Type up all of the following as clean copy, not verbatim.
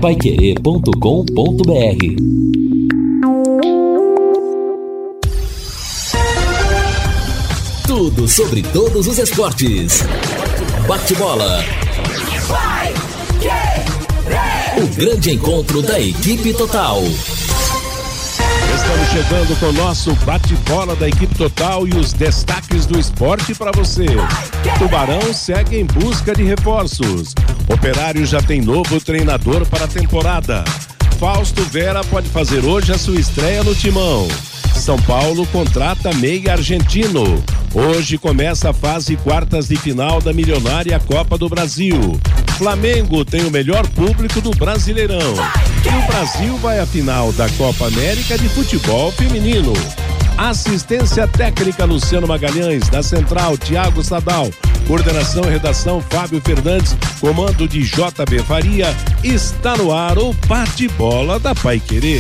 paiquerê.com.br. Tudo sobre todos os esportes. Bate-bola. O grande encontro da equipe total. Estamos chegando com o nosso bate-bola da equipe total e os destaques do esporte para você. Tubarão segue em busca de reforços. Operário já tem novo treinador para a temporada. Fausto Vera pode fazer hoje a sua estreia no Timão. São Paulo contrata meia argentino. Hoje começa a fase quartas de final da milionária Copa do Brasil. Flamengo tem o melhor público do Brasileirão. E o Brasil vai à final da Copa América de Futebol Feminino. Assistência técnica Luciano Magalhães, na central Thiago Sadal, coordenação e redação Fábio Fernandes, comando de JB Faria. Está no ar o bate-bola da Paiquerê.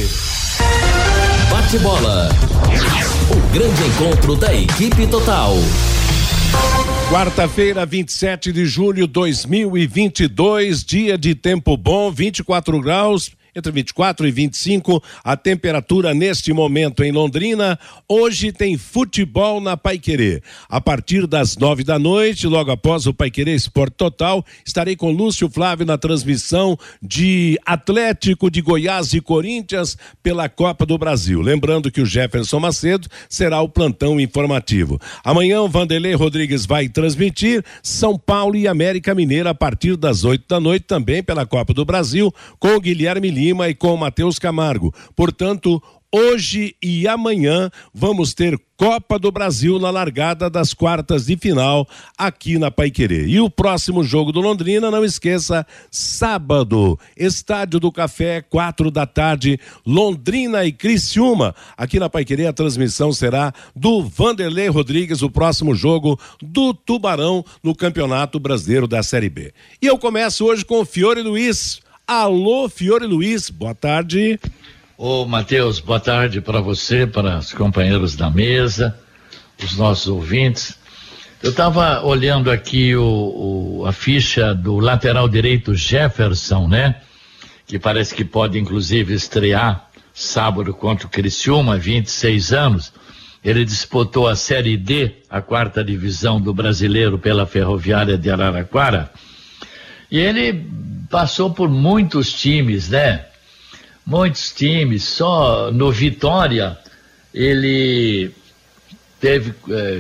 Bate-bola. O grande encontro da equipe total. Quarta-feira, 27 de julho de 2022, dia de tempo bom, 24 graus, entre 24 e 25, a temperatura neste momento em Londrina. Hoje tem futebol na Paiquerê. A partir das 9 da noite, logo após o Paiquerê Esporte Total, estarei com Lúcio Flávio na transmissão de Atlético de Goiás e Corinthians pela Copa do Brasil. Lembrando que o Jefferson Macedo será o plantão informativo. Amanhã o Vanderlei Rodrigues vai transmitir São Paulo e América Mineira a partir das 8 da noite, também pela Copa do Brasil, com o Guilherme Lima e com o Matheus Camargo. Portanto, hoje e amanhã vamos ter Copa do Brasil na largada das quartas de final aqui na Paiquerê. E o próximo jogo do Londrina, não esqueça, sábado, Estádio do Café, 4 da tarde, Londrina e Criciúma. Aqui na Paiquerê a transmissão será do Vanderlei Rodrigues, o próximo jogo do Tubarão no Campeonato Brasileiro da Série B. E eu começo hoje com o Fiore Luiz. Alô, Fiore Luiz, boa tarde. Ô, Matheus, boa tarde para você, para os companheiros da mesa, os nossos ouvintes. Eu estava olhando aqui a ficha do lateral direito Jefferson, né? Que parece que pode, inclusive, estrear sábado contra o Criciúma, 26 anos. Ele disputou a Série D, a 4ª divisão do Brasileiro pela Ferroviária de Araraquara. E ele passou por muitos times, né? Muitos times. Só no Vitória ele teve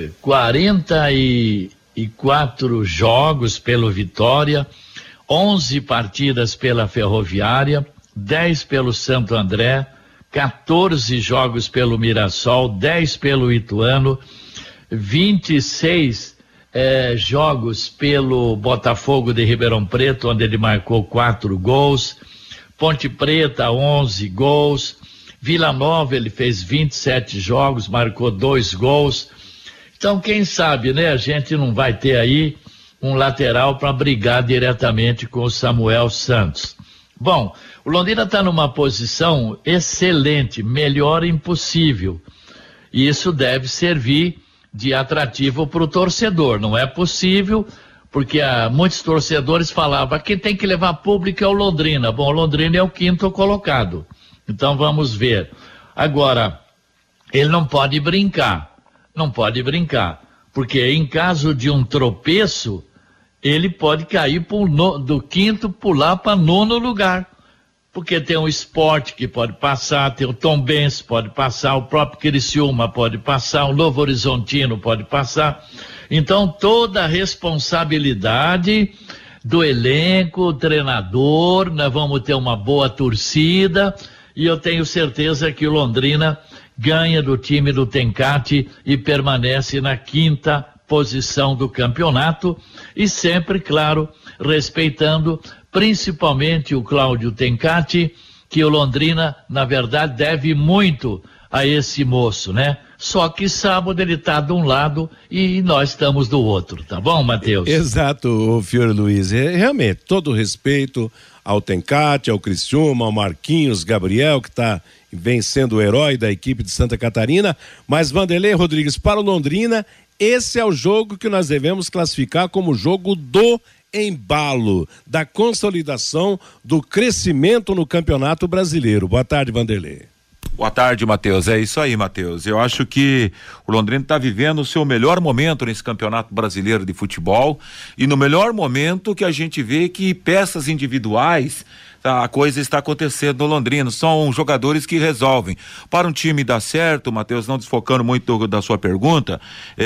44 jogos pelo Vitória, 11 partidas pela Ferroviária, 10 pelo Santo André, 14 jogos pelo Mirassol, 10 pelo Ituano, 26 jogos pelo Botafogo de Ribeirão Preto, onde ele marcou 4 gols, Ponte Preta 11 gols, Vila Nova ele fez 27 jogos, marcou 2 gols. Então quem sabe, né, a gente não vai ter aí um lateral para brigar diretamente com o Samuel Santos. Bom, o Londrina está numa posição excelente, melhor impossível, e isso deve servir de atrativo para o torcedor. Não é possível, porque muitos torcedores falavam, quem tem que levar público é o Londrina. Bom, o Londrina é o 5º colocado, então vamos ver. Agora, ele não pode brincar, porque em caso de um tropeço, ele pode cair do 5º pular para 9º lugar. Porque tem o Sport que pode passar, tem o Tombense pode passar, o próprio Criciúma pode passar, o Novo Horizontino pode passar. Então toda a responsabilidade do elenco, treinador, nós vamos ter uma boa torcida e eu tenho certeza que o Londrina ganha do time do Tencati e permanece na 5ª posição do campeonato e sempre, claro, respeitando principalmente o Cláudio Tencati, que o Londrina, na verdade, deve muito a esse moço, né? Só que sábado ele está de um lado e nós estamos do outro, tá bom, Matheus? Exato, Fiore Luiz, realmente, todo o respeito ao Tencati, ao Criciúma, ao Marquinhos Gabriel, que vem sendo o herói da equipe de Santa Catarina, mas Vanderlei Rodrigues, para o Londrina, esse é o jogo que nós devemos classificar como jogo do embalo da consolidação do crescimento no Campeonato Brasileiro. Boa tarde, Vanderlei. Boa tarde, Matheus. É isso aí, Matheus. Eu acho que o Londrina está vivendo o seu melhor momento nesse Campeonato Brasileiro de Futebol e no melhor momento que a gente vê que peças individuais, a coisa está acontecendo no Londrina, são jogadores que resolvem. Para um time dar certo, Matheus, não desfocando muito da sua pergunta,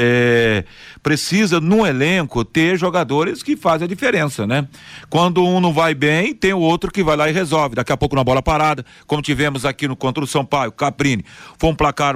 precisa num elenco ter jogadores que fazem a diferença, né? Quando um não vai bem, tem o outro que vai lá e resolve. Daqui a pouco na bola parada, como tivemos aqui contra o Sampaio, Caprini, foi um placar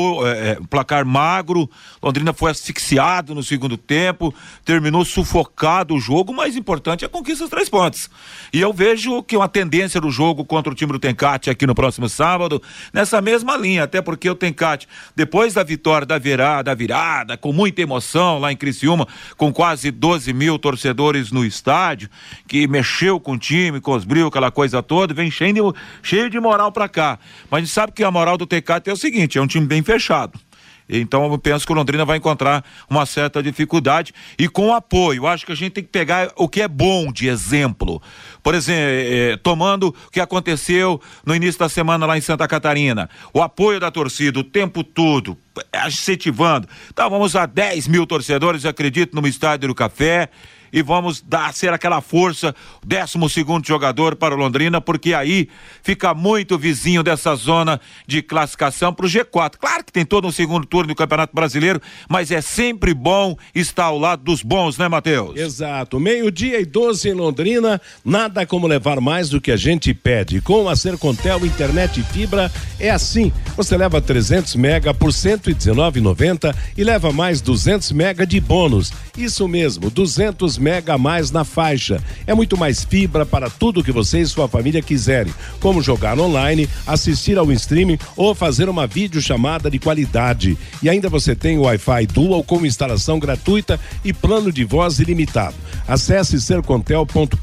magro, Londrina foi asfixiado no segundo tempo, terminou sufocado o jogo, o mais importante é a conquista dos 3 pontos. E eu vejo que uma tendência do jogo contra o time do Tencate aqui no próximo sábado, nessa mesma linha, até porque o Tencate, depois da vitória da virada, com muita emoção lá em Criciúma, com quase 12 mil torcedores no estádio, que mexeu com o time, com os brilhos, aquela coisa toda, vem cheio de moral pra cá. Mas a gente sabe que a moral do Tencate é o seguinte, é um time bem fechado. Então eu penso que o Londrina vai encontrar uma certa dificuldade e com apoio. Acho que a gente tem que pegar o que é bom de exemplo. Por exemplo, tomando o que aconteceu no início da semana lá em Santa Catarina. O apoio da torcida o tempo todo, incentivando. Então vamos a 10 mil torcedores, acredito, no Estádio do Café. E vamos ser aquela força, 12º jogador para o Londrina, porque aí fica muito vizinho dessa zona de classificação para o G4. Claro que tem todo um segundo turno do Campeonato Brasileiro, mas é sempre bom estar ao lado dos bons, né, Matheus? Exato, 12:12 em Londrina, nada como levar mais do que a gente pede. Com a Sercontel Internet e Fibra é assim, você leva 300 mega por R$ 119,90 e leva mais 200 mega de bônus. Isso mesmo, 200 mega a mais na faixa. É muito mais fibra para tudo que você e sua família quiserem, como jogar online, assistir ao streaming ou fazer uma videochamada de qualidade. E ainda você tem o Wi-Fi Dual com instalação gratuita e plano de voz ilimitado. Acesse sercontel.com.br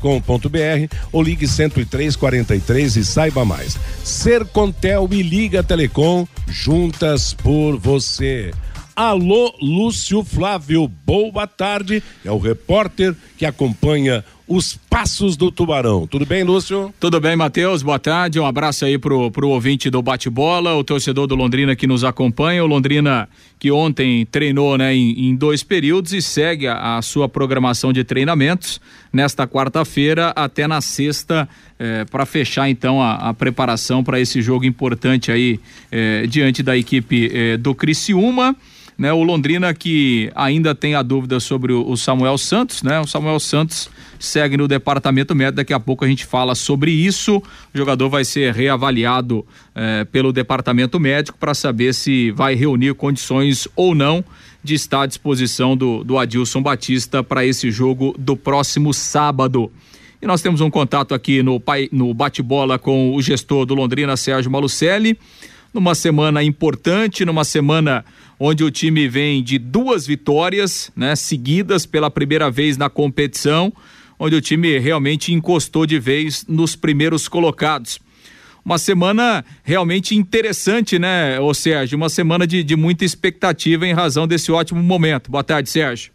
ou ligue 10343 e saiba mais. Sercontel e Liga Telecom, juntas por você. Alô, Lúcio Flávio, boa tarde, é o repórter que acompanha os passos do Tubarão. Tudo bem, Lúcio? Tudo bem, Matheus, boa tarde, um abraço aí pro ouvinte do Bate-Bola, o torcedor do Londrina que nos acompanha, o Londrina que ontem treinou, né, em 2 períodos e segue a sua programação de treinamentos nesta quarta-feira até na sexta, para fechar então a preparação para esse jogo importante aí diante da equipe do Criciúma. Né, o Londrina que ainda tem a dúvida sobre o Samuel Santos, né? O Samuel Santos segue no departamento médico, daqui a pouco a gente fala sobre isso. O jogador vai ser reavaliado pelo departamento médico para saber se vai reunir condições ou não de estar à disposição do Adilson Batista para esse jogo do próximo sábado. E nós temos um contato aqui no bate-bola com o gestor do Londrina, Sérgio Malucelli, numa semana importante, numa semana onde o time vem de 2 vitórias, né, seguidas pela primeira vez na competição, onde o time realmente encostou de vez nos primeiros colocados. Uma semana realmente interessante, né, Sérgio? Uma semana de muita expectativa em razão desse ótimo momento. Boa tarde, Sérgio.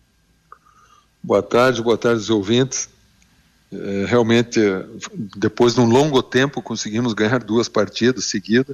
Boa tarde os ouvintes. Realmente, depois de um longo tempo, conseguimos ganhar 2 partidas seguidas.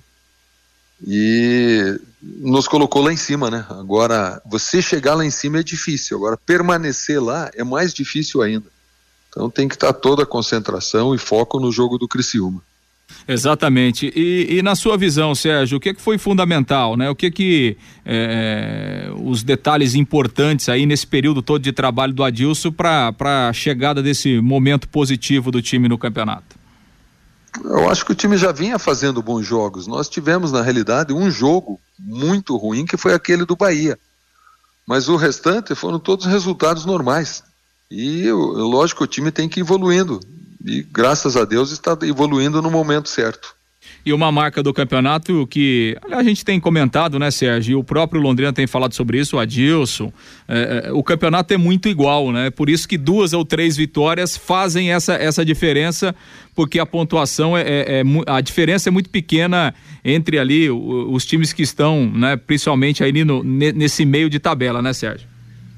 E nos colocou lá em cima, né? Agora, você chegar lá em cima é difícil, agora permanecer lá é mais difícil ainda. Então tem que estar toda a concentração e foco no jogo do Criciúma. Exatamente. E na sua visão, Sérgio, o que foi fundamental, né? O que os detalhes importantes aí nesse período todo de trabalho do Adilson para a chegada desse momento positivo do time no campeonato? Eu acho que o time já vinha fazendo bons jogos. Nós tivemos, na realidade, um jogo muito ruim, que foi aquele do Bahia. Mas o restante foram todos resultados normais. E, lógico, o time tem que ir evoluindo. E, graças a Deus, está evoluindo no momento certo. E uma marca do campeonato que a gente tem comentado, né, Sérgio? E o próprio Londrina tem falado sobre isso, o Adilson. O campeonato é muito igual, né? Por isso que 2 ou 3 vitórias fazem essa diferença, porque a pontuação a diferença é muito pequena entre ali os times que estão, né, principalmente aí nesse meio de tabela, né, Sérgio?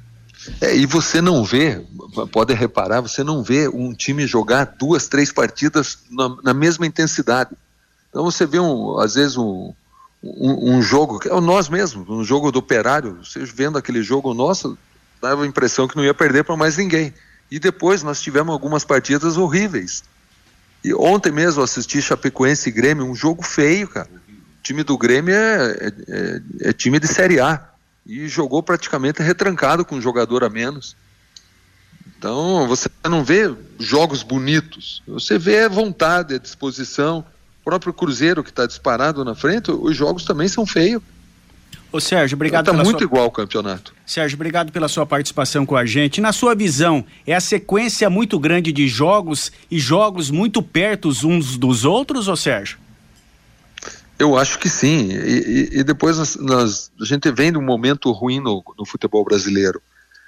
E você não vê, pode reparar, você não vê um time jogar 2, 3 partidas na mesma intensidade. Então você vê às vezes um jogo, que é nós mesmos, um jogo do Operário, você vendo aquele jogo nosso, dava a impressão que não ia perder para mais ninguém. E depois nós tivemos algumas partidas horríveis. E ontem mesmo eu assisti Chapecoense e Grêmio, um jogo feio, cara. O time do Grêmio é time de Série A. E jogou praticamente retrancado com um jogador a menos. Então você não vê jogos bonitos. Você vê a vontade, a disposição. O próprio Cruzeiro que está disparado na frente, os jogos também são feios. Ô Sérgio, obrigado. Está muito igual o campeonato. Sérgio, obrigado pela sua participação com a gente. Na sua visão, é a sequência muito grande de jogos e jogos muito perto uns dos outros, ô Sérgio? Eu acho que sim. E depois a gente vem de um momento ruim no futebol brasileiro.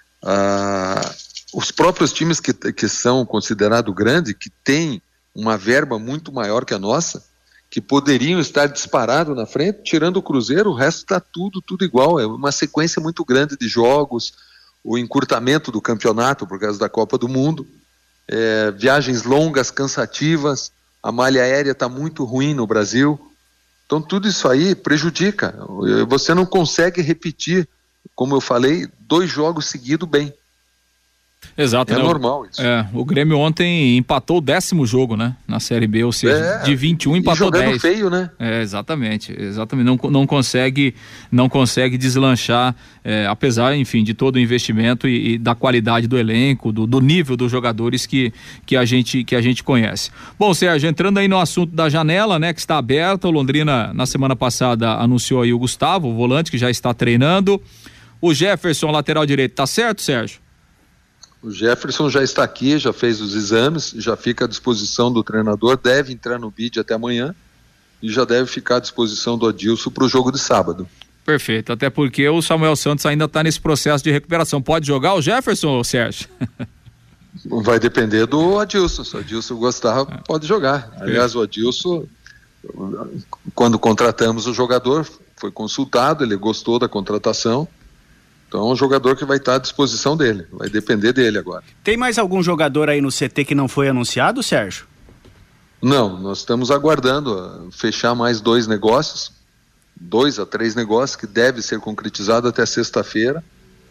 Os próprios times que são considerados grandes, que têm uma verba muito maior que a nossa, que poderiam estar disparados na frente, tirando o Cruzeiro, o resto está tudo igual. É uma sequência muito grande de jogos, o encurtamento do campeonato por causa da Copa do Mundo, viagens longas, cansativas, a malha aérea está muito ruim no Brasil. Então tudo isso aí prejudica. Você não consegue repetir, como eu falei, 2 jogos seguidos bem. Exato. É normal isso. O Grêmio ontem empatou o 10º jogo, né? Na Série B, ou seja, de 21 empatou 10. Jogando feio, né? Exatamente. Não consegue deslanchar, apesar, enfim, de todo o investimento e da qualidade do elenco, do nível dos jogadores que a gente conhece. Bom, Sérgio, entrando aí no assunto da janela, né? Que está aberta, o Londrina na semana passada anunciou aí o Gustavo, o volante, que já está treinando. O Jefferson, lateral direito, tá certo, Sérgio? O Jefferson já está aqui, já fez os exames, já fica à disposição do treinador, deve entrar no bid até amanhã e já deve ficar à disposição do Adilson para o jogo de sábado. Perfeito, até porque o Samuel Santos ainda está nesse processo de recuperação. Pode jogar o Jefferson, Sérgio? Vai depender do Adilson. Se o Adilson gostar, pode jogar. Aliás, o Adilson, quando contratamos o jogador, foi consultado, ele gostou da contratação. Então é um jogador que vai estar à disposição dele, vai depender dele agora. Tem mais algum jogador aí no CT que não foi anunciado, Sérgio? Não, nós estamos aguardando fechar mais 2 negócios, 2 a 3 negócios que deve ser concretizado até sexta-feira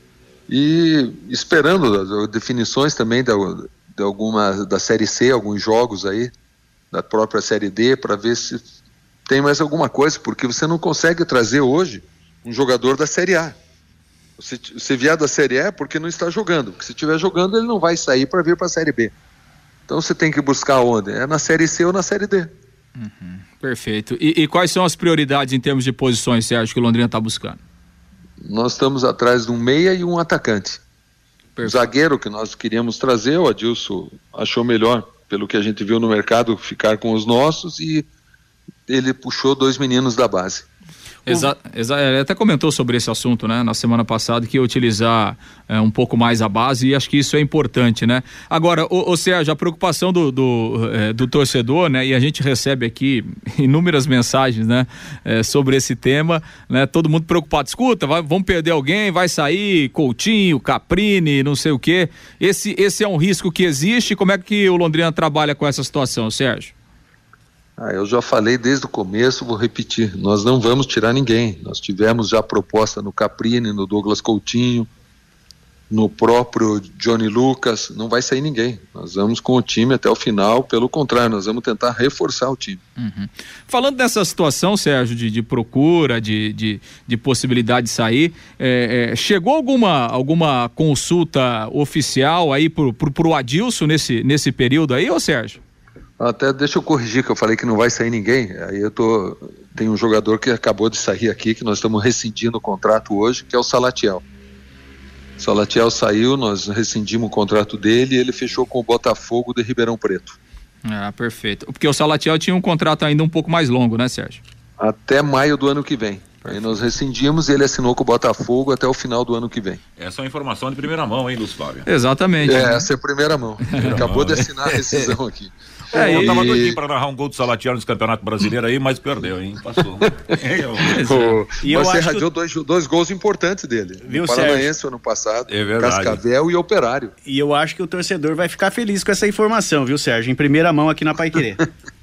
e esperando definições também de alguma da Série C, alguns jogos aí da própria Série D para ver se tem mais alguma coisa, porque você não consegue trazer hoje um jogador da Série A. Se vier da Série A é porque não está jogando, porque se estiver jogando ele não vai sair para vir para a Série B. Então você tem que buscar onde? É na Série C ou na Série D. Perfeito. E quais são as prioridades em termos de posições, Sérgio, que o Londrina está buscando? Nós estamos atrás de um meia e um atacante. Perfeito. O zagueiro que nós queríamos trazer, o Adilson achou melhor, pelo que a gente viu no mercado, ficar com os nossos e ele puxou 2 meninos da base. Ele até comentou sobre esse assunto, né, na semana passada, que ia utilizar um pouco mais a base e acho que isso é importante, né? Agora, ou seja, a preocupação do torcedor, né, e a gente recebe aqui inúmeras mensagens, né, sobre esse tema, né, todo mundo preocupado, escuta, vão perder alguém, vai sair Coutinho, Caprini, não sei o quê. Esse é um risco que existe. Como é que o Londrina trabalha com essa situação, Sérgio? Eu já falei desde o começo, vou repetir, nós não vamos tirar ninguém. Nós tivemos já proposta no Caprini, no Douglas Coutinho, no próprio Johnny Lucas, não vai sair ninguém. Nós vamos com o time até o final, pelo contrário, nós vamos tentar reforçar o time. Falando dessa situação, Sérgio, de procura, de possibilidade de sair, chegou alguma consulta oficial aí pro Adilson nesse período aí, ô Sérgio? Até deixa eu corrigir, que eu falei que não vai sair ninguém. Aí tem um jogador que acabou de sair aqui, que nós estamos rescindindo o contrato hoje, que é o Salatiel. O Salatiel saiu, nós rescindimos o contrato dele e ele fechou com o Botafogo de Ribeirão Preto. Perfeito. Porque o Salatiel tinha um contrato ainda um pouco mais longo, né, Sérgio? Até maio do ano que vem. Aí nós rescindimos e ele assinou com o Botafogo até o final do ano que vem. Essa é uma informação de primeira mão, hein, Lúcio Flávio? Exatamente. Essa é a primeira mão. Acabou de assinar a rescisão aqui. Eu tava doidinho pra narrar um gol do Salatiel no Campeonato Brasileiro aí, mas perdeu, hein? Passou. Você radiou dois gols importantes dele. Viu, o Paranaense ano passado, Cascavel e Operário. E eu acho que o torcedor vai ficar feliz com essa informação, viu, Sérgio? Em primeira mão aqui na Paiquerê.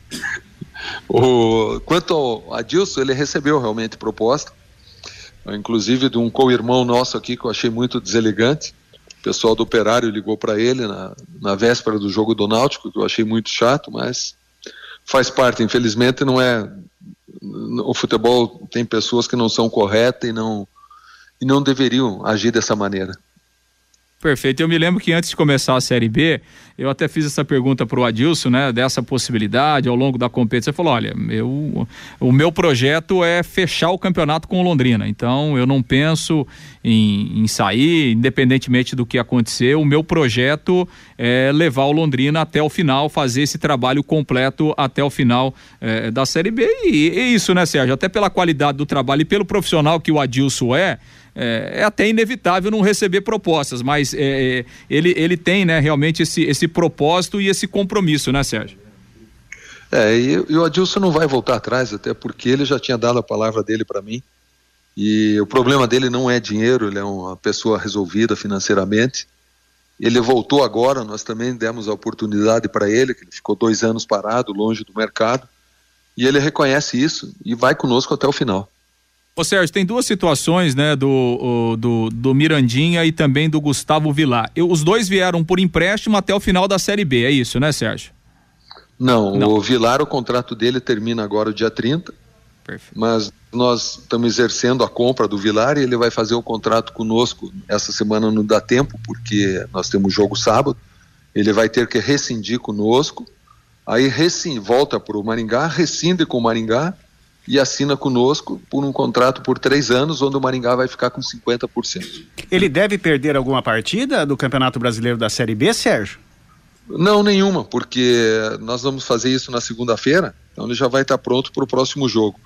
Quanto ao Adilson, ele recebeu realmente proposta, inclusive de um co-irmão nosso aqui que eu achei muito deselegante. O pessoal do Operário ligou para ele na véspera do jogo do Náutico, que eu achei muito chato, mas faz parte, infelizmente não é. O futebol tem pessoas que não são corretas e não deveriam agir dessa maneira. Perfeito. Eu me lembro que antes de começar a Série B, eu até fiz essa pergunta para o Adilson, né, dessa possibilidade ao longo da competição. Ele falou, olha, o meu projeto é fechar o campeonato com o Londrina, então eu não penso em sair, independentemente do que acontecer. O meu projeto é levar o Londrina até o final, fazer esse trabalho completo até o final da Série B. E isso, né, Sérgio? Até pela qualidade do trabalho e pelo profissional que o Adilson é até inevitável não receber propostas, mas ele tem, né, realmente esse propósito e esse compromisso, né, Sérgio? E o Adilson não vai voltar atrás, até porque ele já tinha dado a palavra dele para mim, e o problema dele não é dinheiro, ele é uma pessoa resolvida financeiramente. Ele voltou agora, nós também demos a oportunidade para ele, que ele ficou 2 anos parado, longe do mercado, e ele reconhece isso e vai conosco até o final. Ô Sérgio, tem 2 situações, né, do Mirandinha e também do Gustavo Vilar. Os dois vieram por empréstimo até o final da Série B, é isso, né, Sérgio? Não. O Vilar, o contrato dele termina agora o dia 30, perfeito. Mas nós estamos exercendo a compra do Vilar e ele vai fazer o contrato conosco. Essa semana não dá tempo, porque nós temos jogo sábado, ele vai ter que rescindir conosco, aí volta para o Maringá, rescinde com o Maringá, e assina conosco por um contrato por 3 anos, onde o Maringá vai ficar com 50%. Ele deve perder alguma partida do Campeonato Brasileiro da Série B, Sérgio? Não, nenhuma, porque nós vamos fazer isso na segunda-feira, então ele já vai estar pronto para o próximo jogo.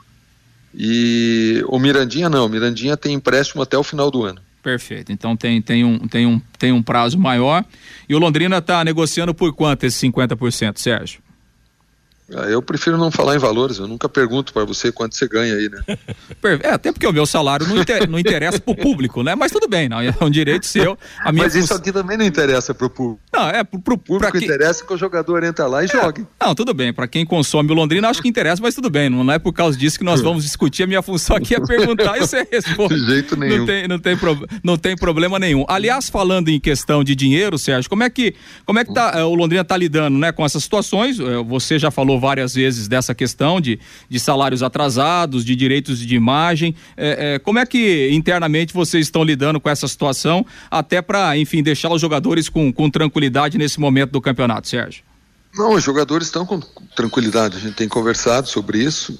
E o Mirandinha não, o Mirandinha tem empréstimo até o final do ano. Perfeito, então tem um prazo maior. E o Londrina está negociando por quanto esse 50%, Sérgio? Eu prefiro não falar em valores, eu nunca pergunto para você quanto você ganha aí, né? Até porque o meu salário não interessa pro público, né? Mas tudo bem, não, é um direito seu. Mas isso aqui também não interessa pro público. Não, pro público interessa que o jogador entra lá e jogue. Não, tudo bem, para quem consome o Londrina acho que interessa, mas tudo bem, não é por causa disso que nós vamos discutir. A minha função aqui é perguntar e você responde. De jeito nenhum. Não tem problema nenhum. Aliás, falando em questão de dinheiro, Sérgio, como é que o Londrina tá lidando, né, com essas situações? Você já falou várias vezes dessa questão de salários atrasados, de direitos de imagem. Como é que internamente vocês estão lidando com essa situação, até para, enfim, deixar os jogadores com tranquilidade nesse momento do campeonato, Sérgio? Não, os jogadores estão com tranquilidade, a gente tem conversado sobre isso.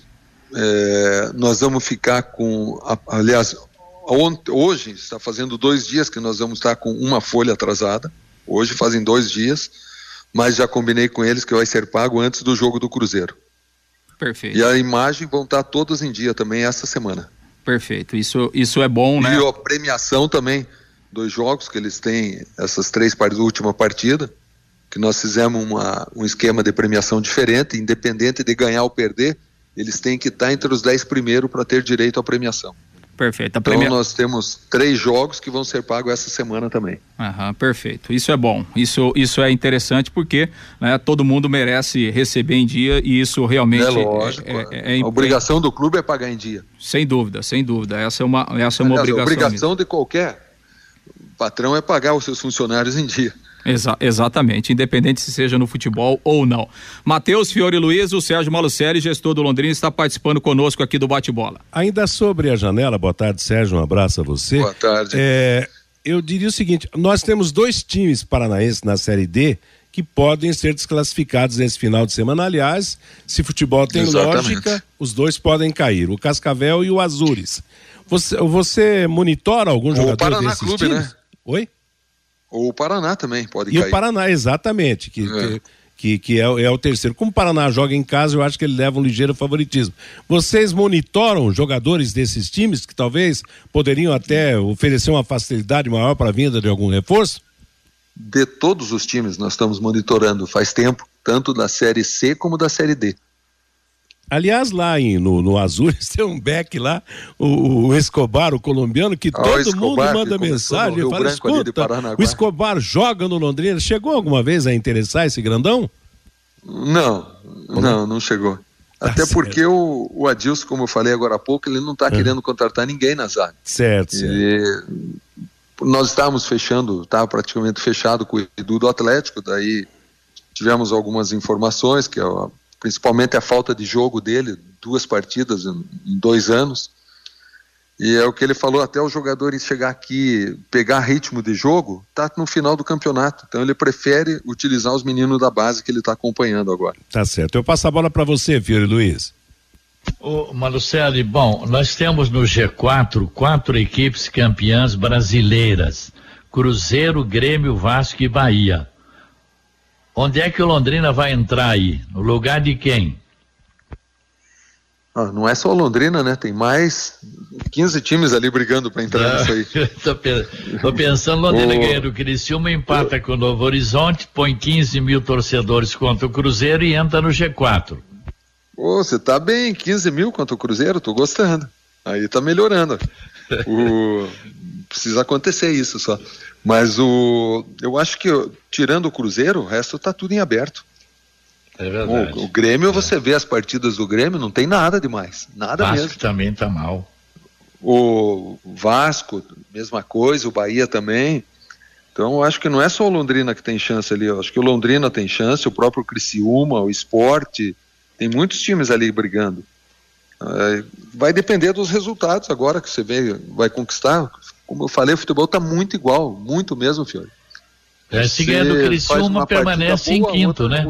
Nós vamos ficar com, aliás, hoje está fazendo 2 dias que nós vamos estar com uma folha atrasada, hoje fazem 2 dias, mas já combinei com eles que vai ser pago antes do jogo do Cruzeiro. Perfeito. E a imagem vão estar todas em dia também essa semana. Perfeito, isso é bom, né? E a premiação também, 2 jogos que eles têm, essas 3 última partida, que nós fizemos um esquema de premiação diferente, independente de ganhar ou perder, eles têm que estar entre os 10 primeiros para ter direito à premiação. Perfeito. Então nós temos 3 jogos que vão ser pagos essa semana também. Perfeito. Isso é bom. Isso é interessante porque, né, todo mundo merece receber em dia e isso realmente lógico. A obrigação do clube é pagar em dia. Sem dúvida. Essa é uma obrigação. A obrigação de qualquer patrão é pagar os seus funcionários em dia. Exatamente, independente se seja no futebol ou não. Matheus Fiore Luiz, o Sérgio Malucelli, gestor do Londrina, está participando conosco aqui do Bate-Bola. Ainda sobre a janela, boa tarde, Sérgio, um abraço a você. Boa tarde. Eu diria o seguinte, nós temos 2 times paranaenses na Série D que podem ser desclassificados nesse final de semana. Aliás, se futebol tem lógica, os 2 podem cair, o Cascavel e o Azures. Você monitora algum jogador Paraná desses Clube, times? Né? Oi? Ou o Paraná também pode cair. E o Paraná, exatamente, que é o terceiro. Como o Paraná joga em casa, eu acho que ele leva um ligeiro favoritismo. Vocês monitoram jogadores desses times que talvez poderiam até oferecer uma facilidade maior para a vinda de algum reforço? De todos os times nós estamos monitorando faz tempo, tanto da Série C como da Série D. Aliás, lá no Azures tem um back lá, o Escobar, o colombiano, que todo mundo manda mensagem. Eu falo, escuta, o Escobar joga no Londrina. Chegou alguma vez a interessar esse grandão? Não chegou. Até porque o Adilson, como eu falei agora há pouco, ele não está querendo contratar ninguém na zaga. Certo. Nós estávamos estava praticamente fechado com o Edu do Atlético, daí tivemos algumas informações, que principalmente a falta de jogo dele, 2 partidas em 2 anos, e é o que ele falou, até os jogadores chegar aqui, pegar ritmo de jogo, tá no final do campeonato, então ele prefere utilizar os meninos da base que ele está acompanhando agora. Tá certo, eu passo a bola para você, Fiore Luiz. Ô Malucelli, bom, nós temos no G4 4 equipes campeãs brasileiras, Cruzeiro, Grêmio, Vasco e Bahia. Onde é que o Londrina vai entrar aí? No lugar de quem? Não é só o Londrina, né? Tem mais 15 times ali brigando para entrar nisso aí. Tô pensando, Londrina ganha do Criciúma, empata com o Novo Horizonte, põe 15 mil torcedores contra o Cruzeiro e entra no G4. Você tá bem, 15 mil contra o Cruzeiro, tô gostando. Aí tá melhorando. Precisa acontecer isso só. Mas eu acho que, tirando o Cruzeiro, o resto tá tudo em aberto. É verdade. O Grêmio, você vê as partidas do Grêmio, não tem nada demais. Nada mesmo. O Vasco também tá mal. O Vasco, mesma coisa, o Bahia também. Então, eu acho que não é só o Londrina que tem chance ali. Eu acho que o Londrina tem chance, o próprio Criciúma, o Sport, tem muitos times ali brigando. Vai depender dos resultados agora que você vai conquistar. Como eu falei, o futebol está muito igual, muito mesmo, Fiore. Se ganhar do Criciúma, permanece em quinto, né?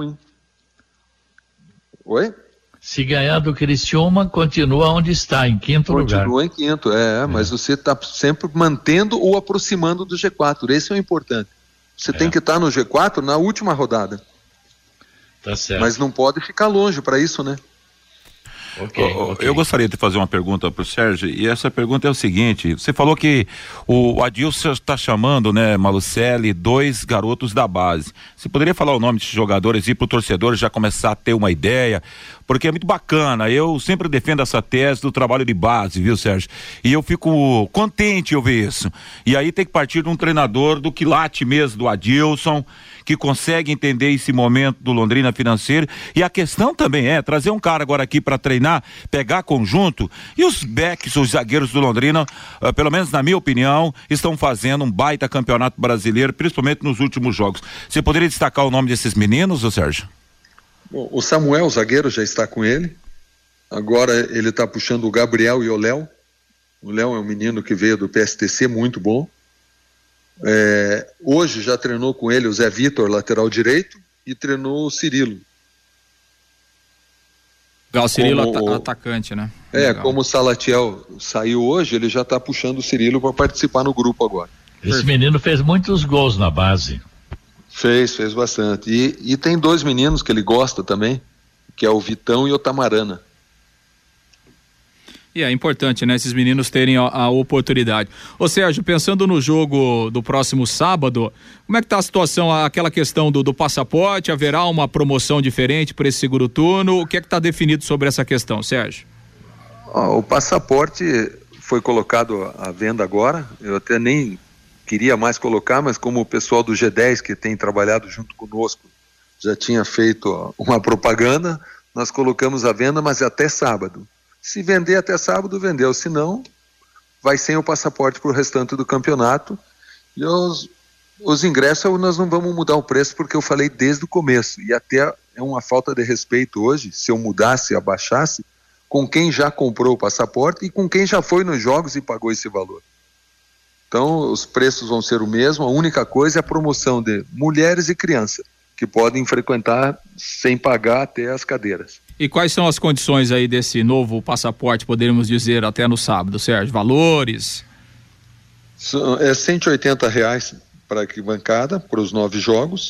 Oi? Se ganhar do Criciúma, continua onde está, em quinto lugar. Continua em quinto, mas você está sempre mantendo ou aproximando do G4, esse é o importante. Você tem que estar no G4 na última rodada. Tá certo. Mas não pode ficar longe para isso, né? Okay. Eu gostaria de fazer uma pergunta para o Sérgio, e essa pergunta é o seguinte: você falou que o Adilson está chamando, né, Malucelli, 2 garotos da base. Você poderia falar o nome desses jogadores e para o torcedor já começar a ter uma ideia? Porque é muito bacana, eu sempre defendo essa tese do trabalho de base, viu, Sérgio? E eu fico contente em ouvir isso. E aí tem que partir de um treinador do quilate mesmo, do Adilson, que consegue entender esse momento do Londrina financeiro. E a questão também é trazer um cara agora aqui para treinar, pegar conjunto, e os backs, os zagueiros do Londrina, pelo menos na minha opinião, estão fazendo um baita campeonato brasileiro, principalmente nos últimos jogos. Você poderia destacar o nome desses meninos, ô Sérgio? Bom, o Samuel, zagueiro, já está com ele. Agora ele está puxando o Gabriel e o Léo. O Léo é um menino que veio do PSTC, muito bom. Hoje já treinou com ele o Zé Vitor, lateral direito, e treinou o Cirilo. O Cirilo atacante, né? Como o Salatiel saiu hoje, ele já está puxando o Cirilo para participar no grupo agora. Esse menino fez muitos gols na base. Fez bastante. E tem 2 meninos que ele gosta também, que é o Vitão e o Tamarana. E é importante, né, esses meninos terem a oportunidade. Ô Sérgio, pensando no jogo do próximo sábado, como é que tá a situação, aquela questão do passaporte? Haverá uma promoção diferente para esse segundo turno? O que é que está definido sobre essa questão, Sérgio? O passaporte foi colocado à venda agora, eu até nem queria mais colocar, mas como o pessoal do G10 que tem trabalhado junto conosco já tinha feito uma propaganda, nós colocamos à venda, mas até sábado. Se vender até sábado, vendeu. Se não, vai sem o passaporte para o restante do campeonato. E os ingressos, nós não vamos mudar o preço, porque eu falei desde o começo. E até é uma falta de respeito hoje, se eu mudasse, abaixasse, com quem já comprou o passaporte e com quem já foi nos jogos e pagou esse valor. Então, os preços vão ser o mesmo. A única coisa é a promoção de mulheres e crianças, que podem frequentar sem pagar até as cadeiras. E quais são as condições aí desse novo passaporte, poderíamos dizer, até no sábado, Sérgio? Valores? É R$180 para a arquibancada, para os 9 jogos,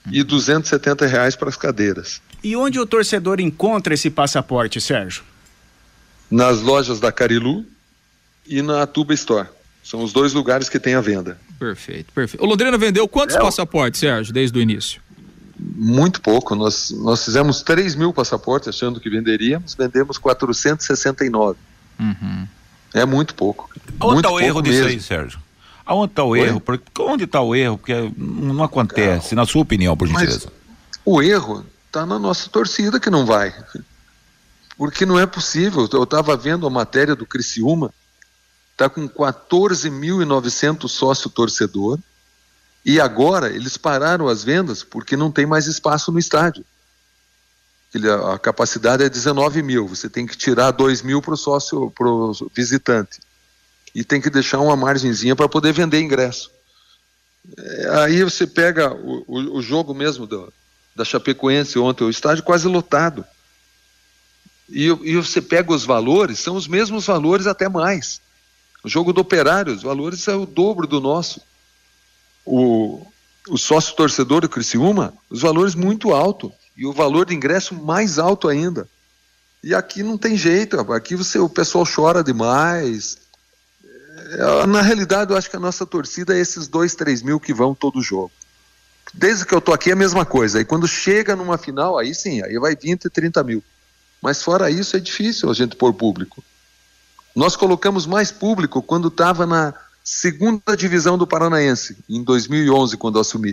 e R$270 para as cadeiras. E onde o torcedor encontra esse passaporte, Sérgio? Nas lojas da Carilu e na Tuba Store. São os 2 lugares que tem a venda. Perfeito. O Londrina vendeu quantos passaportes, Sérgio, desde o início? Muito pouco. Nós fizemos 3.000 passaportes achando que venderíamos, vendemos 469. É muito pouco. Onde está o erro disso aí, Sérgio? Aonde está o erro? Onde está o erro? Porque não acontece, na sua opinião, por gentileza. O erro está na nossa torcida que não vai. Porque não é possível. Eu estava vendo a matéria do Criciúma, está com 14.900 sócio-torcedor, e agora eles pararam as vendas porque não tem mais espaço no estádio. A capacidade é 19.000, você tem que tirar 2.000 pro visitante. E tem que deixar uma margenzinha para poder vender ingresso. Aí você pega o jogo mesmo da Chapecoense ontem, o estádio quase lotado. E você pega os valores, são os mesmos valores, até mais. O jogo do Operário, os valores são o dobro do nosso. O sócio torcedor do Criciúma, os valores muito altos. E o valor de ingresso mais alto ainda. E aqui não tem jeito, aqui o pessoal chora demais. Na realidade, eu acho que a nossa torcida é esses 2-3 mil que vão todo jogo. Desde que eu tô aqui é a mesma coisa. E quando chega numa final, aí sim, aí vai 20, 30 mil. Mas fora isso é difícil a gente pôr público. Nós colocamos mais público quando estava na 2ª divisão do Paranaense, em 2011, quando eu assumi.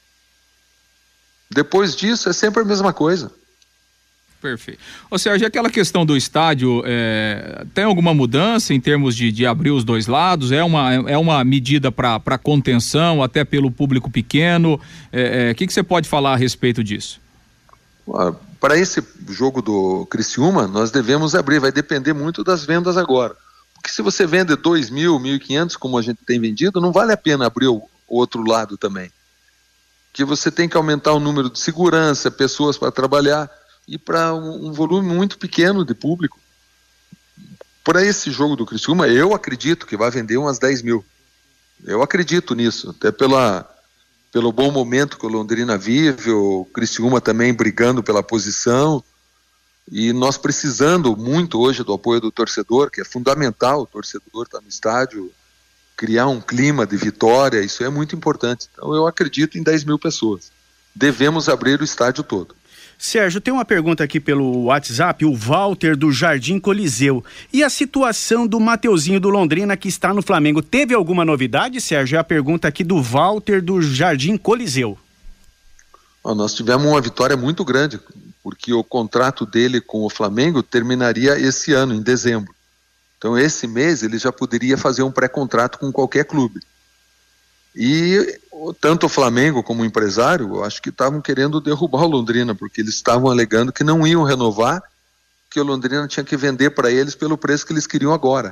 Depois disso é sempre a mesma coisa. Perfeito. Ô Sérgio, aquela questão do estádio, tem alguma mudança em termos de abrir os 2 lados? É uma medida para contenção, até pelo público pequeno? O que você pode falar a respeito disso? Para esse jogo do Criciúma, nós devemos abrir, vai depender muito das vendas agora. Porque se você vende 2.000, 1.500, como a gente tem vendido, não vale a pena abrir o outro lado também. Que você tem que aumentar o número de segurança, pessoas para trabalhar, e para um volume muito pequeno de público. Para esse jogo do Criciúma, eu acredito que vai vender umas 10.000. Eu acredito nisso, até pelo bom momento que o Londrina vive, o Criciúma também brigando pela posição, e nós precisando muito hoje do apoio do torcedor, que é fundamental o torcedor estar no estádio, criar um clima de vitória, isso é muito importante. Então eu acredito em 10.000 pessoas. Devemos abrir o estádio todo. Sérgio, tem uma pergunta aqui pelo WhatsApp, o Walter do Jardim Coliseu. E a situação do Mateuzinho do Londrina que está no Flamengo, teve alguma novidade, Sérgio? É a pergunta aqui do Walter do Jardim Coliseu. Nós tivemos uma vitória muito grande, porque o contrato dele com o Flamengo terminaria esse ano, em dezembro. Então esse mês ele já poderia fazer um pré-contrato com qualquer clube. E tanto o Flamengo como o empresário, eu acho que estavam querendo derrubar o Londrina, porque eles estavam alegando que não iam renovar, que o Londrina tinha que vender para eles pelo preço que eles queriam agora.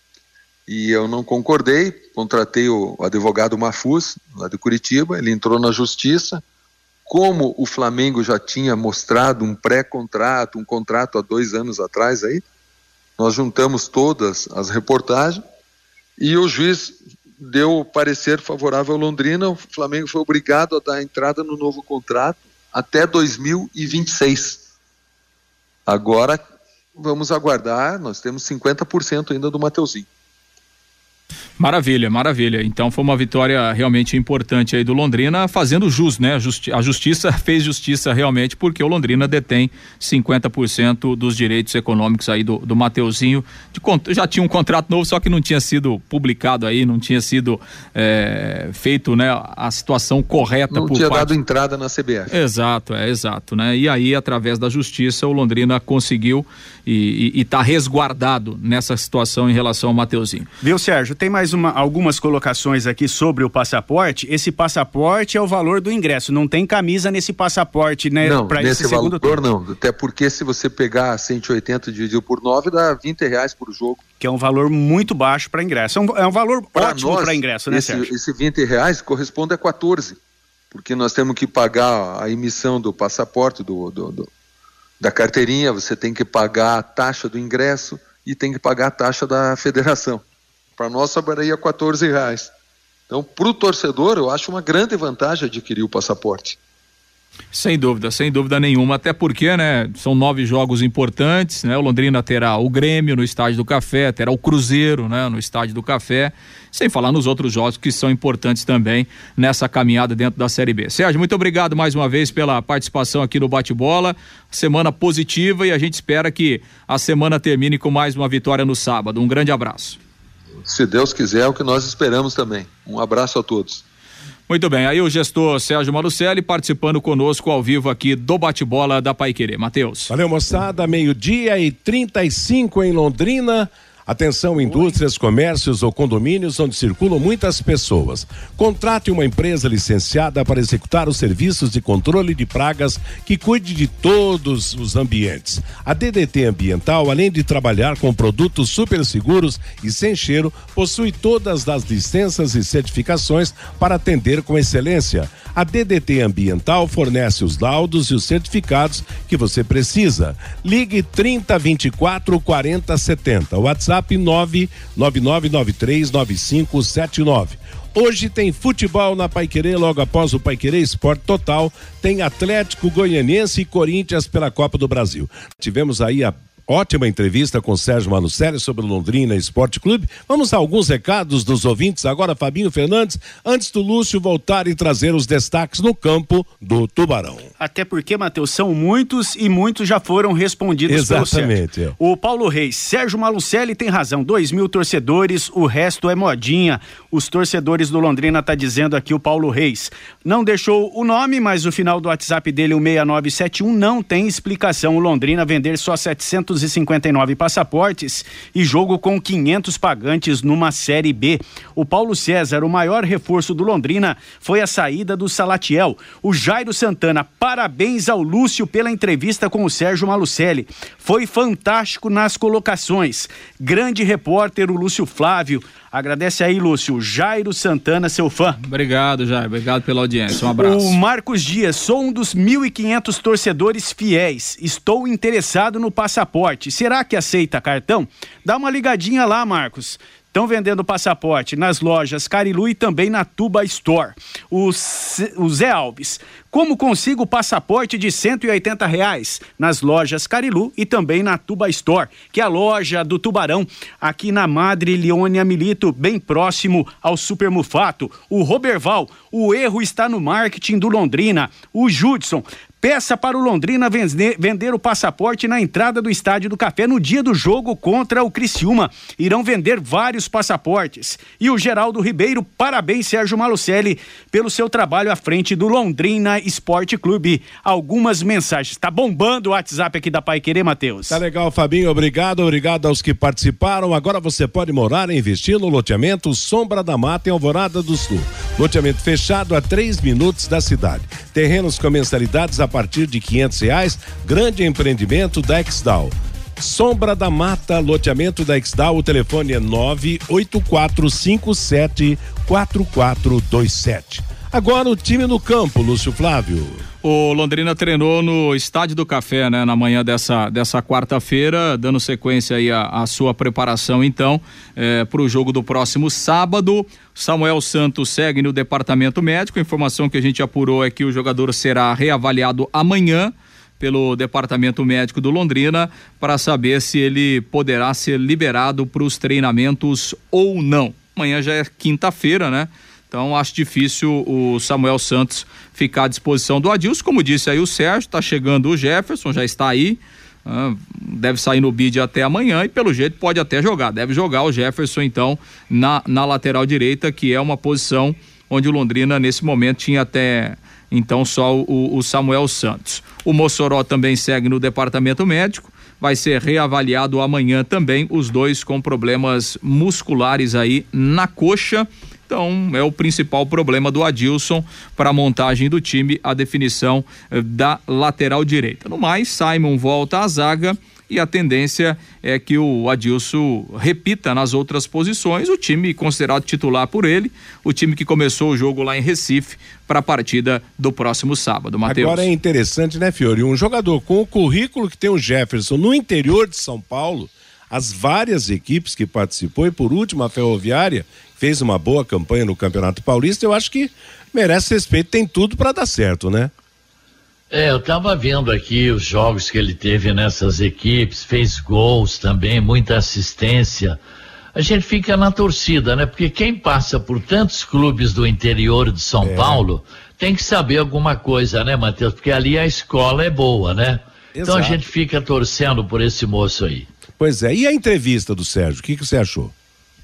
E eu não concordei, contratei o advogado Mafuz, lá de Curitiba, ele entrou na justiça. Como o Flamengo já tinha mostrado um pré-contrato, um contrato há 2 anos atrás, aí, nós juntamos todas as reportagens e o juiz deu parecer favorável ao Londrina. O Flamengo foi obrigado a dar entrada no novo contrato até 2026. Agora vamos aguardar, nós temos 50% ainda do Mateuzinho. Maravilha, maravilha. Então foi uma vitória realmente importante aí do Londrina, fazendo jus, né? A justiça fez justiça realmente, porque o Londrina detém 50% dos direitos econômicos aí do Mateuzinho. Já tinha um contrato novo, só que não tinha sido publicado aí, não tinha sido feito, né, a situação correta. Não tinha dado entrada na CBF. Exato, exato, né? E aí, através da justiça, o Londrina conseguiu e tá resguardado nessa situação em relação ao Mateuzinho. Viu, Sérgio? Tem mais algumas colocações aqui sobre o passaporte. Esse passaporte é o valor do ingresso, não tem camisa nesse passaporte, né? Não, pra nesse esse valor segundo não, até porque se você pegar 180 dividido por 9, dá R$20 por jogo. Que é um valor muito baixo para ingresso, é um valor ótimo para ingresso, né, Sérgio? Esse R$20 corresponde a 14, porque nós temos que pagar a emissão do passaporte, da carteirinha, você tem que pagar a taxa do ingresso e tem que pagar a taxa da federação. Para nós sobraria R$14. Então, para o torcedor, eu acho uma grande vantagem adquirir o passaporte. Sem dúvida nenhuma, até porque, né, são 9 jogos importantes, né? O Londrina terá o Grêmio no Estádio do Café, terá o Cruzeiro, né, no Estádio do Café, sem falar nos outros jogos que são importantes também nessa caminhada dentro da Série B. Sérgio, muito obrigado mais uma vez pela participação aqui no Bate-Bola, semana positiva e a gente espera que a semana termine com mais uma vitória no sábado. Um grande abraço. Se Deus quiser, é o que nós esperamos também. Um abraço a todos. Muito bem, aí o gestor Sérgio Malucelli participando conosco ao vivo aqui do Bate-Bola da Paiquerê. Matheus. Valeu, moçada, 12:35 em Londrina. Atenção, indústrias, comércios ou condomínios onde circulam muitas pessoas. Contrate uma empresa licenciada para executar os serviços de controle de pragas que cuide de todos os ambientes. A DDT Ambiental, além de trabalhar com produtos super seguros e sem cheiro, possui todas as licenças e certificações para atender com excelência. A DDT Ambiental fornece os laudos e os certificados que você precisa. Ligue 3024-4070. WhatsApp 999939579. Hoje tem futebol na Paiquerê, logo após o Paiquerê Esporte Total, tem Atlético Goianiense e Corinthians pela Copa do Brasil. Tivemos aí a ótima entrevista com o Sérgio Malucelli sobre o Londrina Esporte Clube. Vamos a alguns recados dos ouvintes agora, Fabinho Fernandes, antes do Lúcio voltar e trazer os destaques no campo do Tubarão. Até porque, Matheus, são muitos e muitos já foram respondidos. Exatamente, pelo Sérgio. O Paulo Reis, Sérgio Malucelli tem razão, 2.000 torcedores, o resto é modinha. Os torcedores do Londrina tá dizendo aqui o Paulo Reis. Não deixou o nome, mas o final do WhatsApp dele, o 6971, não tem explicação. O Londrina vender só 759 passaportes e jogo com 500 pagantes numa Série B. O Paulo César, o maior reforço do Londrina foi a saída do Salatiel. O Jairo Santana, parabéns ao Lúcio pela entrevista com o Sérgio Malucelli. Foi fantástico nas colocações. Grande repórter o Lúcio Flávio. Agradece aí, Lúcio. Jairo Santana, seu fã. Obrigado, Jairo. Obrigado pela audiência. Um abraço. O Marcos Dias, sou um dos 1.500 torcedores fiéis. Estou interessado no passaporte. Será que aceita cartão? Dá uma ligadinha lá, Marcos. Estão vendendo passaporte nas lojas Carilu e também na Tuba Store. O Zé Alves. Como consigo passaporte de R$180 nas lojas Carilu e também na Tuba Store, que é a loja do Tubarão, aqui na Madre Leônia Milito, bem próximo ao Super Mufato. O Roberval, o erro está no marketing do Londrina. O Judson, peça para o Londrina vender o passaporte na entrada do Estádio do Café no dia do jogo contra o Criciúma. Irão vender vários passaportes. E o Geraldo Ribeiro, parabéns, Sérgio Malucelli, pelo seu trabalho à frente do Londrina Esporte Clube. Algumas mensagens. Tá bombando o WhatsApp aqui da Paiquerê, Matheus. Tá legal, Fabinho. Obrigado aos que participaram. Agora você pode morar e investir no loteamento Sombra da Mata em Alvorada do Sul. Loteamento fechado a 3 minutos da cidade. Terrenos com mensalidades a partir de R$500. Grande empreendimento da Exdal. Sombra da Mata, loteamento da Exdal. O telefone é 984574427. Agora o time no campo, Lúcio Flávio. O Londrina treinou no Estádio do Café, né, na manhã dessa quarta-feira, dando sequência aí a sua preparação, então, para o jogo do próximo sábado. Samuel Santos segue no departamento médico. A informação que a gente apurou é que o jogador será reavaliado amanhã pelo departamento médico do Londrina para saber se ele poderá ser liberado para os treinamentos ou não. Amanhã já é quinta-feira, né? Então acho difícil o Samuel Santos ficar à disposição do Adilson. Como disse aí o Sérgio, está chegando o Jefferson, já está aí, deve sair no bid até amanhã e pelo jeito pode até jogar, deve jogar o Jefferson então na lateral direita, que é uma posição onde o Londrina nesse momento tinha até então só o Samuel Santos. O Mossoró também segue no departamento médico, vai ser reavaliado amanhã também, os dois com problemas musculares aí na coxa. Então, é o principal problema do Adilson para a montagem do time, a definição da lateral direita. No mais, Simon volta à zaga e a tendência é que o Adilson repita nas outras posições o time considerado titular por ele, o time que começou o jogo lá em Recife para a partida do próximo sábado. Matheus. Agora é interessante, né, Fiori? Um jogador com o currículo que tem o Jefferson no interior de São Paulo, as várias equipes que participou e por último a Ferroviária fez uma boa campanha no Campeonato Paulista, eu acho que merece respeito, tem tudo para dar certo, né? Eu estava vendo aqui os jogos que ele teve nessas equipes, fez gols também, muita assistência. A gente fica na torcida, né? Porque quem passa por tantos clubes do interior de São Paulo tem que saber alguma coisa, né, Matheus? Porque ali a escola é boa, né? Exato. Então a gente fica torcendo por esse moço aí. Pois é, e a entrevista do Sérgio, o que você achou?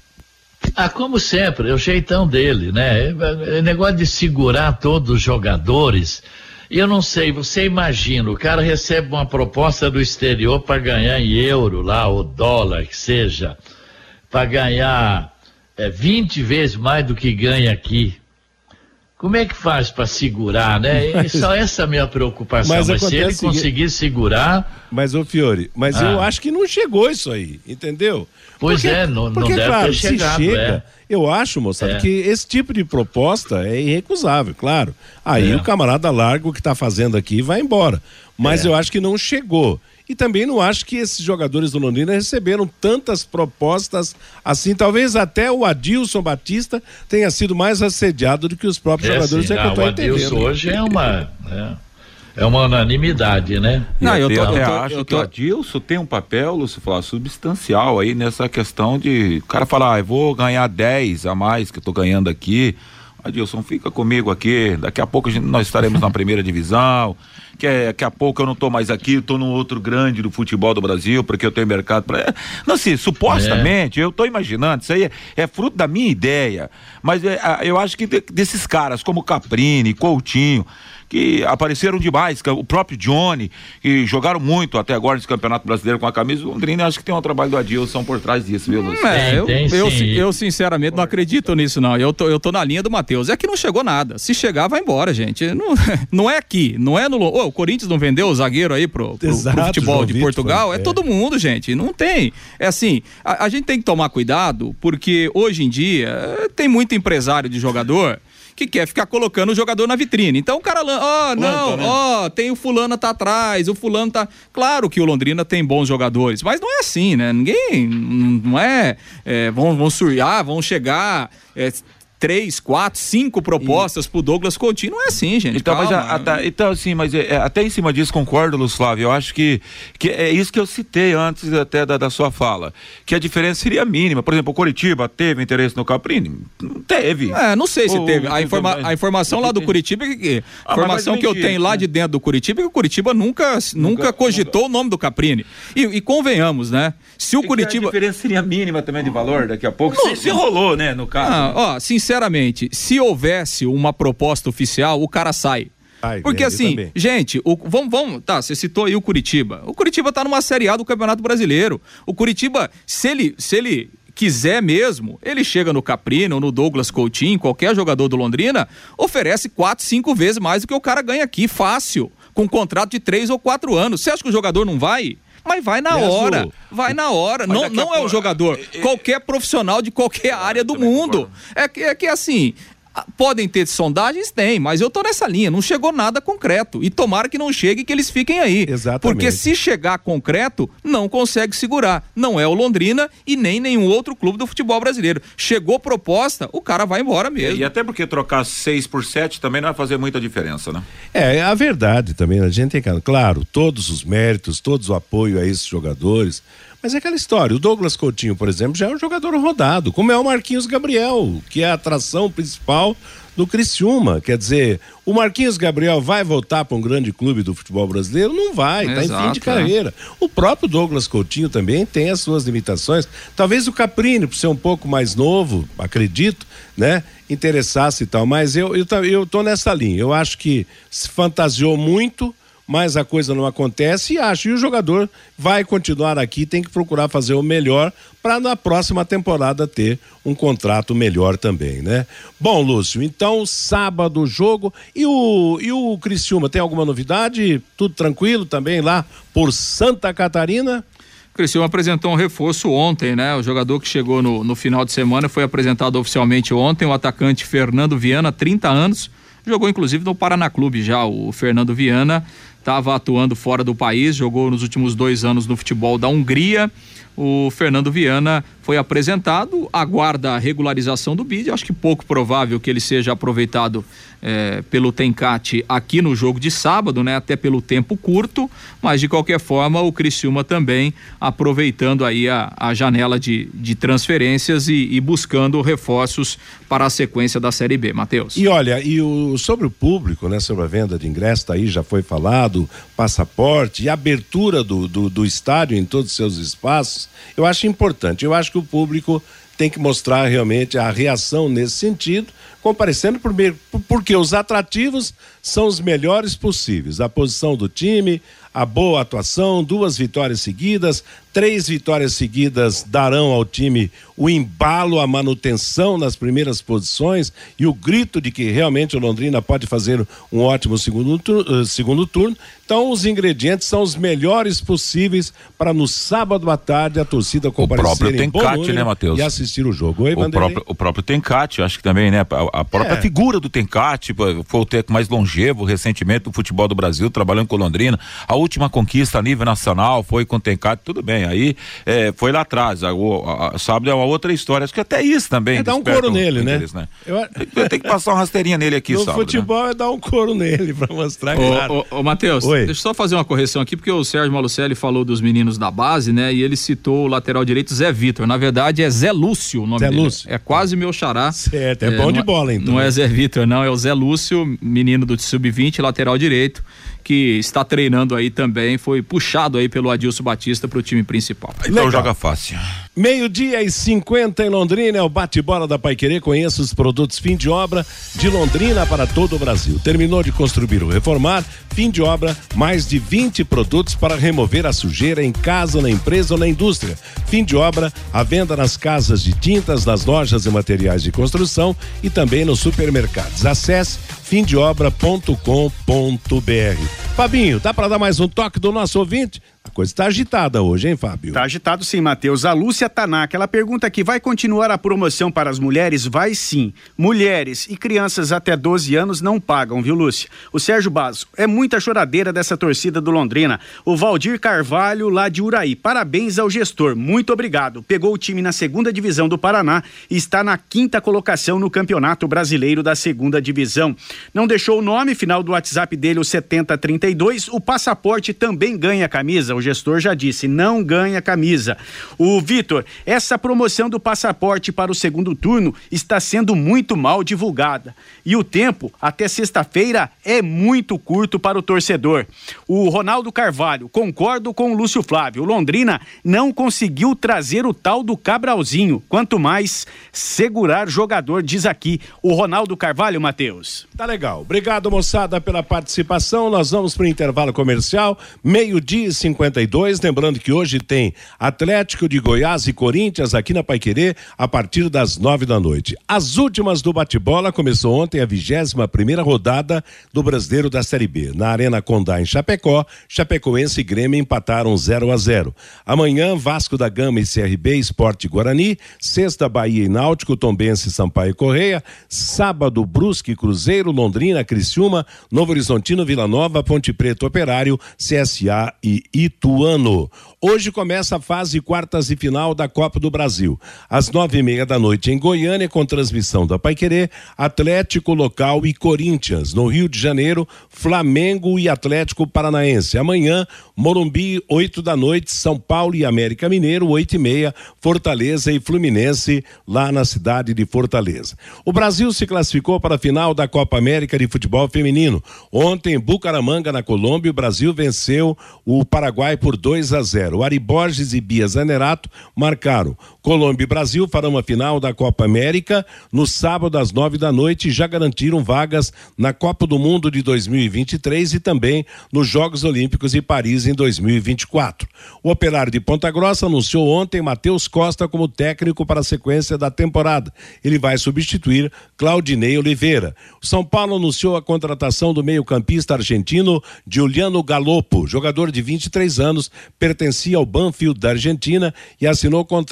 Como sempre, é o jeitão dele, né? É negócio de segurar todos os jogadores. Eu não sei, você imagina, o cara recebe uma proposta do exterior para ganhar em euro lá, ou dólar, que seja, para ganhar 20 vezes mais do que ganha aqui. Como é que faz para segurar, né? Só essa é a minha preocupação. Mas se ele conseguir segurar... Mas, ô Fiore, eu acho que não chegou isso aí, entendeu? Pois não deve ter chegado. Eu acho, moçada, que esse tipo de proposta é irrecusável, claro. Aí o camarada larga o que está fazendo aqui e vai embora. Mas eu acho que não chegou. E também não acho que esses jogadores do Londrina receberam tantas propostas assim. Talvez até o Adilson Batista tenha sido mais assediado do que os próprios jogadores. É que eu tô entendendo. O Adilson hoje é uma unanimidade, né? Eu acho que o Adilson tem um papel, Lúcio Flávio, substancial aí nessa questão de o cara falar, eu vou ganhar 10 a mais que eu tô ganhando aqui. Adilson, fica comigo aqui, daqui a pouco nós estaremos na primeira divisão, daqui a pouco eu não tô mais aqui, eu tô num outro grande do futebol do Brasil, porque eu tenho mercado para... Não, assim, supostamente, eu tô imaginando, isso aí é fruto da minha ideia, mas eu acho que desses caras como Caprini, Coutinho, que apareceram demais, o próprio Johnny, que jogaram muito até agora nesse Campeonato Brasileiro com a camisa do Londrina, acho que tem um trabalho do Adilson por trás disso, viu, Lúcio? Eu sinceramente não acredito nisso, não. Eu tô na linha do Matheus. É que não chegou nada. Se chegar, vai embora, gente. Não é aqui, não é no... o Corinthians não vendeu o zagueiro aí pro futebol de Portugal? É todo mundo, gente. Não tem. É assim, a gente tem que tomar cuidado, porque hoje em dia tem muito empresário de jogador que quer ficar colocando o jogador na vitrine. Então o cara, tem o fulano tá atrás, o fulano tá... Claro que o Londrina tem bons jogadores, mas não é assim, né? Ninguém, não é vão surgiar, vão chegar... 3, 4, 5 propostas pro Douglas Coutinho, não é assim, gente. Então, mas até em cima disso concordo, Lúcio Flávio, eu acho que é isso que eu citei antes até da sua fala, que a diferença seria mínima. Por exemplo, o Coritiba teve interesse no Caprini? Não teve. Não sei se teve. A informação lá do Curitiba, a informação que eu tenho lá de dentro do Curitiba é que o Curitiba nunca cogitou o nome do Caprini. E convenhamos, né? Se o Curitiba... A diferença seria mínima também de valor daqui a pouco, se rolou, né, no caso. Sinceramente, se houvesse uma proposta oficial, o cara sai. Porque assim, também. Gente, você citou aí o Curitiba. O Curitiba tá numa Série A do Campeonato Brasileiro. O Curitiba, se ele quiser mesmo, ele chega no Caprini ou no Douglas Coutinho, qualquer jogador do Londrina, oferece 4, 5 vezes mais do que o cara ganha aqui, fácil, com um contrato de 3 ou 4 anos. Você acha que o jogador não vai? Mas vai na hora, não é o jogador, qualquer profissional de qualquer área do mundo. É que assim, podem ter sondagens? Tem, mas eu tô nessa linha, não chegou nada concreto, e tomara que não chegue e que eles fiquem aí. Exatamente. Porque se chegar concreto, não consegue segurar, não é o Londrina e nem nenhum outro clube do futebol brasileiro. Chegou proposta, o cara vai embora mesmo. E até porque trocar 6 por 7 também não vai fazer muita diferença, né? É a verdade também, a gente tem que, claro, todos os méritos, todos o apoio a esses jogadores, mas é aquela história, o Douglas Coutinho, por exemplo, já é um jogador rodado, como é o Marquinhos Gabriel, que é a atração principal do Criciúma. Quer dizer, o Marquinhos Gabriel vai voltar para um grande clube do futebol brasileiro? Não vai, está em fim de carreira. O próprio Douglas Coutinho também tem as suas limitações. Talvez o Caprini, por ser um pouco mais novo, acredito, né, interessasse e tal, mas eu tô nessa linha. Eu acho que se fantasiou muito, mas a coisa não acontece e o jogador vai continuar aqui, tem que procurar fazer o melhor para na próxima temporada ter um contrato melhor também, né? Bom, Lúcio, então sábado o jogo e o Criciúma, tem alguma novidade? Tudo tranquilo também lá por Santa Catarina? O Criciúma apresentou um reforço ontem, né? O jogador que chegou no final de semana foi apresentado oficialmente ontem, o atacante Fernando Viana, 30 anos, jogou inclusive no Paraná Clube já, o Fernando Viana estava atuando fora do país, jogou nos últimos 2 anos no futebol da Hungria. O Fernando Viana foi apresentado, aguarda a regularização do bid. Acho que pouco provável que ele seja aproveitado pelo Tencate aqui no jogo de sábado, né? Até pelo tempo curto, mas de qualquer forma o Criciúma também aproveitando aí a janela de transferências e buscando reforços para a sequência da Série B. Matheus. E olha, sobre o público, né? Sobre a venda de ingressos, tá aí, já foi falado, passaporte e abertura do estádio em todos os seus espaços, eu acho importante. Eu acho que o público tem que mostrar realmente a reação nesse sentido, comparecendo porque os atrativos são os melhores possíveis. A posição do time, a boa atuação, 2 vitórias seguidas, 3 vitórias seguidas darão ao time o embalo, a manutenção nas primeiras posições e o grito de que realmente o Londrina pode fazer um ótimo segundo turno. Então os ingredientes são os melhores possíveis para no sábado à tarde a torcida comparecer em bom número, né, Matheus? E assistir o jogo. Oi, o próprio Tencate, acho que também, né? A própria figura do Tencate, foi o técnico mais longevo recentemente do futebol do Brasil, trabalhando com o Londrina. A última conquista a nível nacional foi com o Tencate, tudo bem, aí foi lá atrás, sábado é uma outra história, acho que até isso também. Dar um couro nele, né? Eu tenho que passar uma rasteirinha nele aqui, sábado. No futebol é dar um couro nele, pra mostrar, claro. Ô Matheus, deixa eu só fazer uma correção aqui, porque o Sérgio Malucelli falou dos meninos da base, né? E ele citou o lateral direito Zé Vitor, na verdade é Zé Lúcio o nome dele. Lúcio. É quase meu xará. Certo, é bom de bola então. Não é Zé Vitor, não, é o Zé Lúcio, menino do Sub-20, lateral direito, que está treinando aí também, foi puxado aí pelo Adilson Batista para o time principal. Então joga fácil. 12:50 em Londrina, é o bate-bola da Paiquerê. Conheça os produtos fim de obra de Londrina para todo o Brasil. Terminou de construir ou reformar, fim de obra, mais de 20 produtos para remover a sujeira em casa, na empresa ou na indústria. Fim de obra, à venda nas casas de tintas, nas lojas e materiais de construção e também nos supermercados. Acesse fimdeobra.com.br. Fabinho, dá para dar mais um toque do nosso ouvinte? A coisa está agitada hoje, hein, Fábio? Tá agitado sim, Matheus. A Lúcia Tanaka, ela pergunta aqui, vai continuar a promoção para as mulheres? Vai sim. Mulheres e crianças até 12 anos não pagam, viu, Lúcia? O Sérgio Basso, é muita choradeira dessa torcida do Londrina. O Valdir Carvalho, lá de Uraí. Parabéns ao gestor, muito obrigado. Pegou o time na 2ª divisão do Paraná e está na 5ª colocação no Campeonato Brasileiro da 2ª divisão. Não deixou o nome, final do WhatsApp dele, o 7032. O passaporte também ganha camisa. O gestor já disse, não ganha camisa. O Vitor, essa promoção do passaporte para o 2º turno está sendo muito mal divulgada. E o tempo, até sexta-feira, é muito curto para o torcedor. O Ronaldo Carvalho, concordo com o Lúcio Flávio. O Londrina não conseguiu trazer o tal do Cabralzinho. Quanto mais segurar jogador, diz aqui o Ronaldo Carvalho, Matheus. Tá legal. Obrigado, moçada, pela participação. Nós vamos para o intervalo comercial, 12:52. Lembrando que hoje tem Atlético de Goiás e Corinthians aqui na Paiquerê a partir das 9h. As últimas do bate-bola começou ontem a 21ª rodada do Brasileiro da Série B. Na Arena Condá, em Chapecó, Chapecoense e Grêmio empataram 0-0. Amanhã, Vasco da Gama e CRB, Sport e Guarani. Sexta, Bahia e Náutico, Tombense, Sampaio e Correia. Sábado, Brusque e Cruzeiro, Londrina, Criciúma, Novo Horizontino, Vila Nova, Ponte Preta, Operário, CSA e Ituano. Hoje começa a fase quartas e final da Copa do Brasil. Às 9h30 em Goiânia, com transmissão da Paiquerê, Atlético local e Corinthians. No Rio de Janeiro, Flamengo e Atlético Paranaense. Amanhã, Morumbi, 20h, São Paulo e América Mineiro, 8h30, Fortaleza e Fluminense, lá na cidade de Fortaleza. O Brasil se classificou para a final da Copa América de Futebol Feminino. Ontem, em Bucaramanga, na Colômbia, o Brasil venceu o Paraguai por 2-0. Ari Borges e Bia Zanerato marcaram. Colômbia e Brasil farão a final da Copa América no sábado às 9h e já garantiram vagas na Copa do Mundo de 2023 e também nos Jogos Olímpicos de Paris em 2024. O Operário de Ponta Grossa anunciou ontem Matheus Costa como técnico para a sequência da temporada. Ele vai substituir Claudinei Oliveira. O São Paulo anunciou a contratação do meio-campista argentino Giuliano Galopo, jogador de 23 anos, pertencia ao Banfield da Argentina e assinou contrato de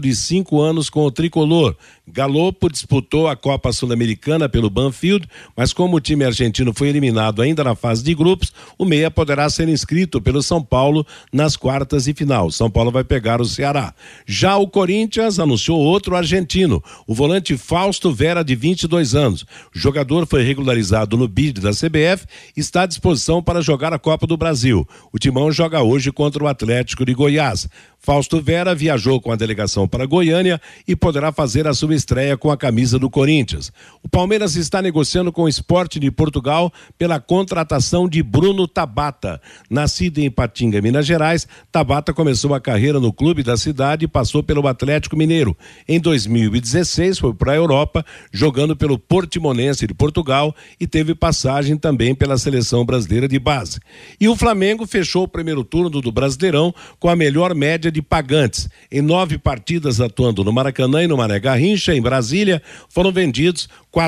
de 5 anos com o tricolor. Galopo disputou a Copa Sul-Americana pelo Banfield, mas como o time argentino foi eliminado ainda na fase de grupos, o meia poderá ser inscrito pelo São Paulo nas quartas de final. São Paulo vai pegar o Ceará. Já o Corinthians anunciou outro argentino, o volante Fausto Vera, de 22 anos. O jogador foi regularizado no BID da CBF e está à disposição para jogar a Copa do Brasil. O Timão joga hoje contra o Atlético de Goiás. Fausto Vera viajou com a delegação para Goiânia e poderá fazer a sua estreia com a camisa do Corinthians. O Palmeiras está negociando com o Sport de Portugal pela contratação de Bruno Tabata. Nascido em Patinga, Minas Gerais, Tabata começou a carreira no clube da cidade e passou pelo Atlético Mineiro. Em 2016 foi para a Europa, jogando pelo Portimonense de Portugal e teve passagem também pela seleção brasileira de base. E o Flamengo fechou o primeiro turno do Brasileirão com a melhor média de pagantes. Em 9 partidas atuando no Maracanã e no Mané Garrincha, em Brasília, foram vendidos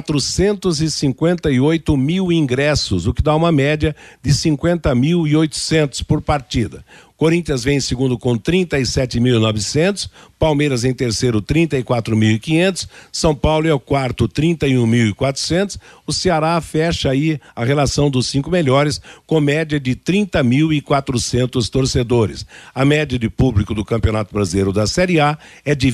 458 mil ingressos, o que dá uma média de 50.800 por partida. Corinthians vem em segundo com 37.900, Palmeiras em terceiro 34.500, São Paulo é o quarto 31.400, o Ceará fecha aí a relação dos 5 melhores com média de 30.400 torcedores. A média de público do Campeonato Brasileiro da Série A é de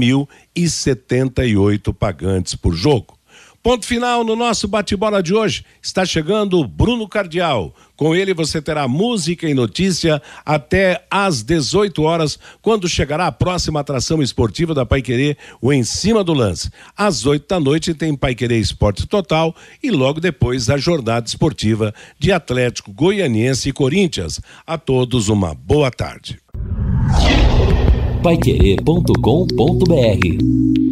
20.078 pagantes por jogo. Ponto final no nosso bate-bola de hoje. Está chegando o Bruno Cardial. Com ele você terá música e notícia até às 18 horas, quando chegará a próxima atração esportiva da Paiquerê, o Em Cima do Lance. Às 8 da noite tem Paiquerê Esporte Total e logo depois a jornada esportiva de Atlético Goianiense e Corinthians. A todos uma boa tarde. Paiquerê.com.br